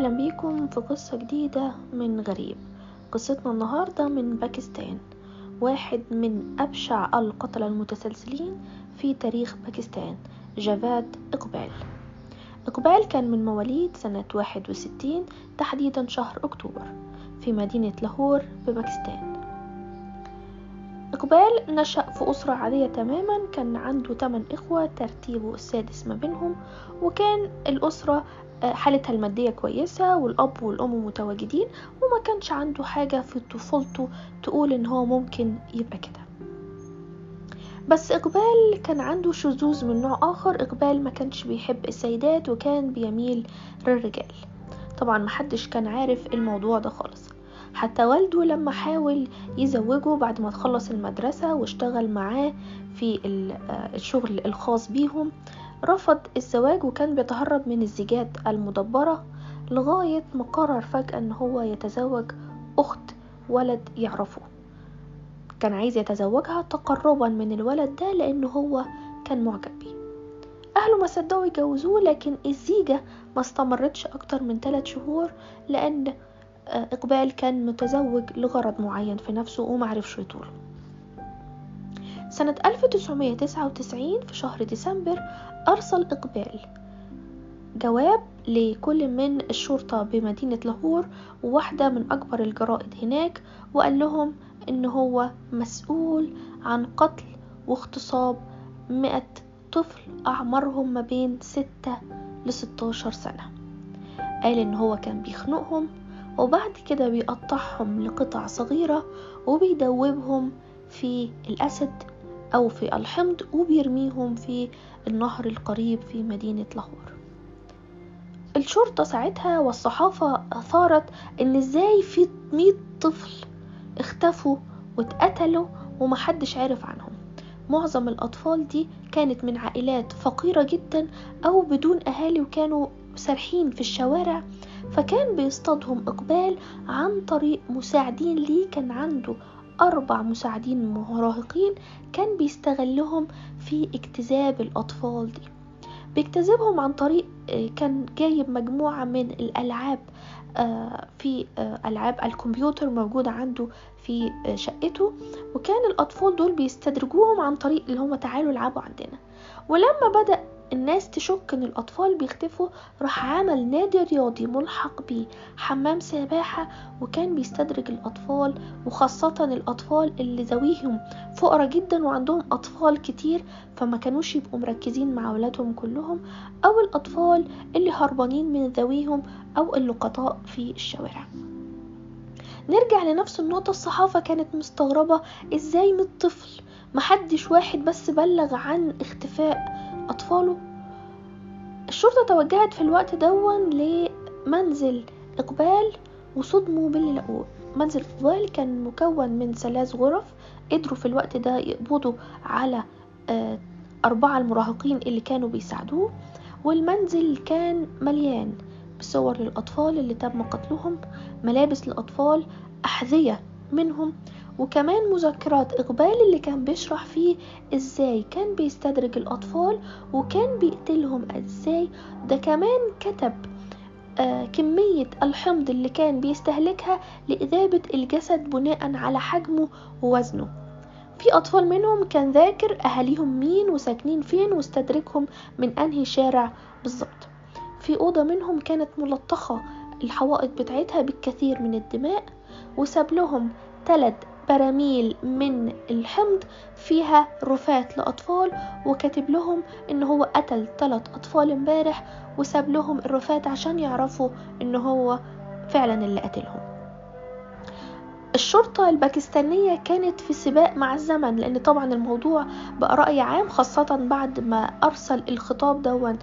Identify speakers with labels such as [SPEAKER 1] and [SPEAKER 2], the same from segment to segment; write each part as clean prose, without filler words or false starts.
[SPEAKER 1] أهلا بيكم في قصة جديدة من غريب. قصتنا النهاردة من باكستان، واحد من أبشع القتلة المتسلسلين في تاريخ باكستان، جافاد إقبال. إقبال كان من مواليد سنة 61 تحديدا شهر أكتوبر في مدينة لاهور بباكستان. إقبال نشأ في أسرة عادية تماما، كان عنده 8 إخوة ترتيبه السادس ما بينهم، وكان الأسرة حالتها المادية كويسة والأب والأم متواجدين، وما كانش عنده حاجة في طفولته تقول إن هو ممكن يبقى كده. بس إقبال كان عنده شذوذ من نوع آخر. إقبال ما كانش بيحب السيدات وكان بيميل للرجال. طبعا محدش كان عارف الموضوع ده خالص، حتى والده لما حاول يزوجه بعد ما تخلص المدرسة واشتغل معاه في الشغل الخاص بيهم، رفض الزواج وكان بيتهرب من الزيجات المدبرة، لغاية ما قرر فجأة ان هو يتزوج اخت ولد يعرفه. كان عايز يتزوجها تقربا من الولد ده لانه هو كان معجب بيه. اهله ما صدقوا يجوزوه، لكن الزيجة ما استمرتش اكتر من 3 شهور لان إقبال كان متزوج لغرض معين في نفسه ومعرفش يطوله. سنة 1999 في شهر ديسمبر أرسل إقبال جواب لكل من الشرطة بمدينة لاهور وواحدة من أكبر الجرائد هناك، وقال لهم إن هو مسؤول عن قتل واغتصاب 100 طفل أعمارهم ما بين 6 ل 16 سنة. قال إن هو كان بيخنقهم وبعد كده بيقطعهم لقطع صغيرة وبيدوبهم في الأسد أو في الحمض وبيرميهم في النهر القريب في مدينة لاهور. الشرطة ساعتها والصحافة أثارت إن إزاي في 100 طفل اختفوا واتقتلوا ومحدش عارف عنهم. معظم الأطفال دي كانت من عائلات فقيرة جدا أو بدون أهالي وكانوا سارحين في الشوارع، فكان بيصطادهم إقبال عن طريق مساعدين ليه. كان عنده 4 مساعدين مراهقين كان بيستغلهم في اجتذاب الأطفال دي. بيجتذبهم عن طريق كان جايب مجموعة من الألعاب في ألعاب الكمبيوتر موجودة عنده في شقته، وكان الأطفال دول بيستدرجوهم عن طريق اللي هم تعالوا العبوا عندنا. ولما بدأ الناس تشك ان الاطفال بيختفوا، راح عمل نادي رياضي ملحق بحمام سباحة وكان بيستدرج الاطفال، وخاصة الاطفال اللي ذويهم فقراء جدا وعندهم اطفال كتير فما كانوش يبقوا مركزين مع اولادهم كلهم، او الاطفال اللي هربانين من ذويهم او اللقطاء في الشوارع. نرجع لنفس النقطة. الصحافة كانت مستغربة ازاي 100 طفل، محدش واحد بس بلغ عن اختفاء أطفاله. الشرطة توجهت في الوقت دون لمنزل إقبال وصدموا باللي لقوه. منزل إقبال كان مكون من 3 غرف، قدروا في الوقت ده يقبضوا على 4 المراهقين اللي كانوا بيساعدوه، والمنزل كان مليان بصور للأطفال اللي تم قتلهم، ملابس للأطفال، أحذية منهم، وكمان مذكرات إقبال اللي كان بيشرح فيه ازاي كان بيستدرج الأطفال وكان بيقتلهم ازاي. ده كمان كتب كمية الحمض اللي كان بيستهلكها لإذابة الجسد بناء على حجمه ووزنه. في أطفال منهم كان ذاكر أهاليهم مين وساكنين فين واستدركهم من أنهي شارع بالضبط. في أوضة منهم كانت ملطخة الحوائط بتاعتها بالكثير من الدماء، وساب لهم 3 براميل من الحمض فيها رفات لأطفال، وكاتب لهم إن هو قتل 3 أطفال امبارح وساب لهم الرفات عشان يعرفوا إن هو فعلا اللي قتلهم. الشرطة الباكستانية كانت في سباق مع الزمن، لأن طبعا الموضوع بقى رأي عام، خاصة بعد ما أرسل الخطاب دون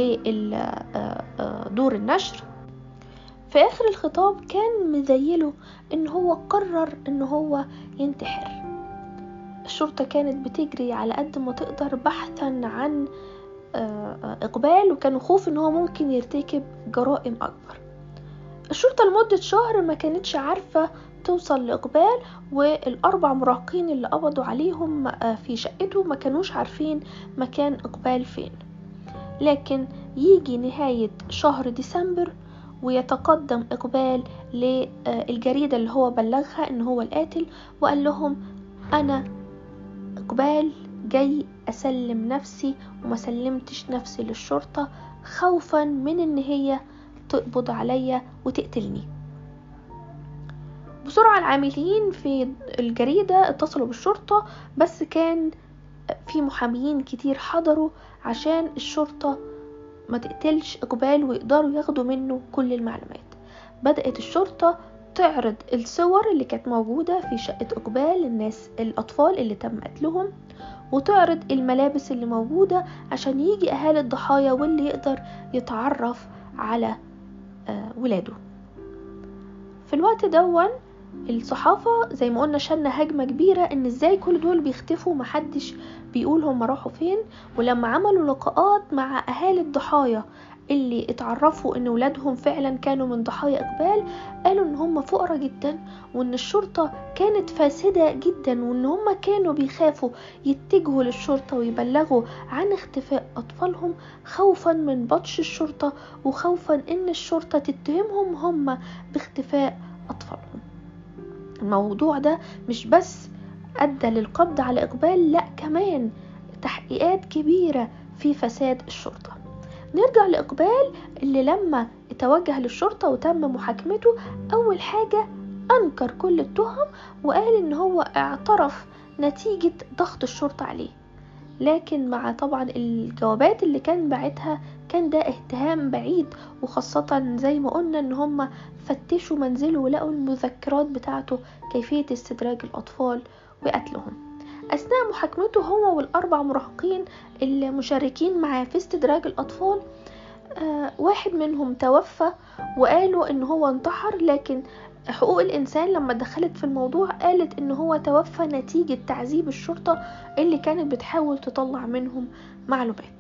[SPEAKER 1] لدور النشر. في آخر الخطاب كان مذيله إن هو قرر إن هو ينتحر. الشرطة كانت بتجري على قد ما تقدر بحثا عن إقبال، وكانوا خوف إن هو ممكن يرتكب جرائم أكبر. الشرطة لمدة شهر ما كانتش عارفة توصل لإقبال، وال4 مراهقين اللي قبضوا عليهم في شقته ما كانوش عارفين مكان إقبال فين. لكن يجي نهاية شهر ديسمبر ويتقدم إقبال للجريدة اللي هو بلغها إن هو القاتل، وقال لهم أنا إقبال جاي أسلم نفسي وما سلمتش نفسي للشرطة خوفا من إن هي تقبض عليا وتقتلني. بسرعة العاملين في الجريدة اتصلوا بالشرطة، بس كان في محاميين كتير حضروا عشان الشرطة ما تقتلش إقبال ويقدروا ياخدوا منه كل المعلومات. بدأت الشرطة تعرض الصور اللي كانت موجودة في شقة إقبال للناس الأطفال اللي تم قتلهم، وتعرض الملابس اللي موجودة عشان يجي أهالي الضحايا واللي يقدر يتعرف على ولاده. في الوقت دون الصحافة زي ما قلنا شلنا هجمة كبيرة ان ازاي كل دول بيختفوا، محدش بيقول هم راحوا فين. ولما عملوا لقاءات مع اهالي الضحايا اللي اتعرفوا ان ولادهم فعلا كانوا من ضحايا إقبال، قالوا ان هم فقراء جدا، وان الشرطة كانت فاسدة جدا، وان هم كانوا بيخافوا يتجهوا للشرطة ويبلغوا عن اختفاء اطفالهم خوفا من بطش الشرطة، وخوفا ان الشرطة تتهمهم هم باختفاء اطفالهم. الموضوع ده مش بس أدى للقبض على إقبال، لا كمان تحقيقات كبيرة في فساد الشرطة. نرجع لإقبال اللي لما اتوجه للشرطة وتم محاكمته، أول حاجة أنكر كل التهم وقال إن هو اعترف نتيجة ضغط الشرطة عليه. لكن مع طبعا الجوابات اللي كان بعتها كان ده اتهام بعيد، وخاصة زي ما قلنا ان هم فتشوا منزله ولقوا المذكرات بتاعته كيفية استدراج الأطفال وقتلهم. أثناء محاكمته هو والأربع مراهقين المشاركين معاه في استدراج الأطفال، واحد منهم توفى وقالوا ان هو انتحر، لكن حقوق الإنسان لما دخلت في الموضوع قالت ان هو توفى نتيجة تعذيب الشرطة اللي كانت بتحاول تطلع منهم معلومات.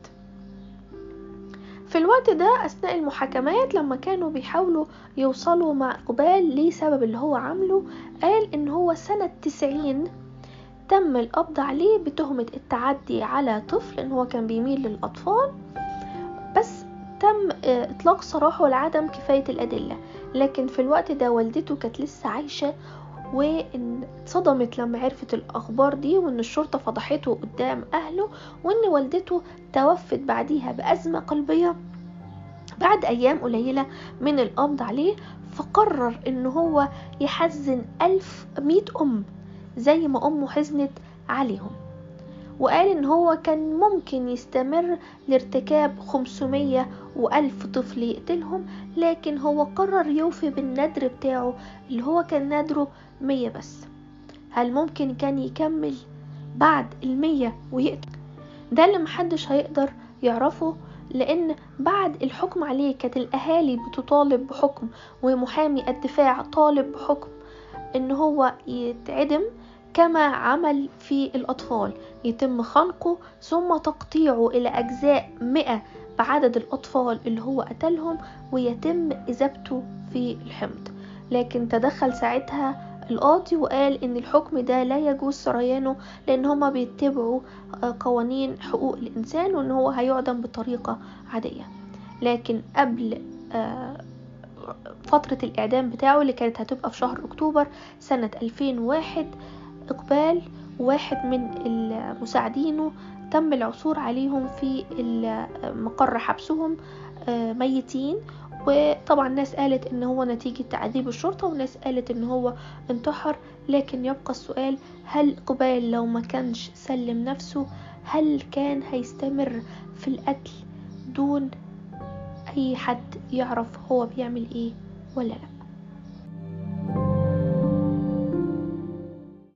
[SPEAKER 1] في الوقت ده أثناء المحاكمات لما كانوا بيحاولوا يوصلوا مع إقبال لسبب اللي هو عمله، قال ان هو سنة 90 تم القبض عليه بتهمة التعدي على طفل، ان هو كان بيميل للأطفال، بس تم اطلاق سراحه لعدم كفاية الأدلة. لكن في الوقت ده والدته كانت لسه عايشة، واتصدمت لما عرفت الأخبار دي، وان الشرطة فضحته قدام أهله، وان والدته توفت بعديها بأزمة قلبية بعد أيام قليلة من القبض عليه. فقرر ان هو يحزن 100 أم زي ما أمه حزنت عليهم، وقال ان هو كان ممكن يستمر لارتكاب 500 و1000 طفل يقتلهم، لكن هو قرر يوفي بالنذر بتاعه اللي هو كان نذره 100 بس. هل ممكن كان يكمل بعد 100 ويقتل؟ ده اللي محدش هيقدر يعرفه، لان بعد الحكم عليه كانت الاهالي بتطالب بحكم، ومحامي الدفاع طالب بحكم ان هو يتعدم كما عمل في الأطفال، يتم خنقه ثم تقطيعه إلى أجزاء 100 بعدد الأطفال اللي هو قتلهم، ويتم إذابته في الحمض. لكن تدخل ساعتها القاضي وقال إن الحكم ده لا يجوز سريانه، لأن هما بيتبعوا قوانين حقوق الإنسان، وإن هو هيعدم بطريقة عادية. لكن قبل فترة الإعدام بتاعه اللي كانت هتبقى في شهر أكتوبر سنة 2001، إقبال وواحد من المساعدينه تم العثور عليهم في مقر حبسهم ميتين. وطبعا ناس قالت ان هو نتيجة تعذيب الشرطة، وناس قالت ان هو انتحر. لكن يبقى السؤال، هل إقبال لو ما كانش سلم نفسه هل كان هيستمر في القتل دون اي حد يعرف هو بيعمل ايه ولا لا؟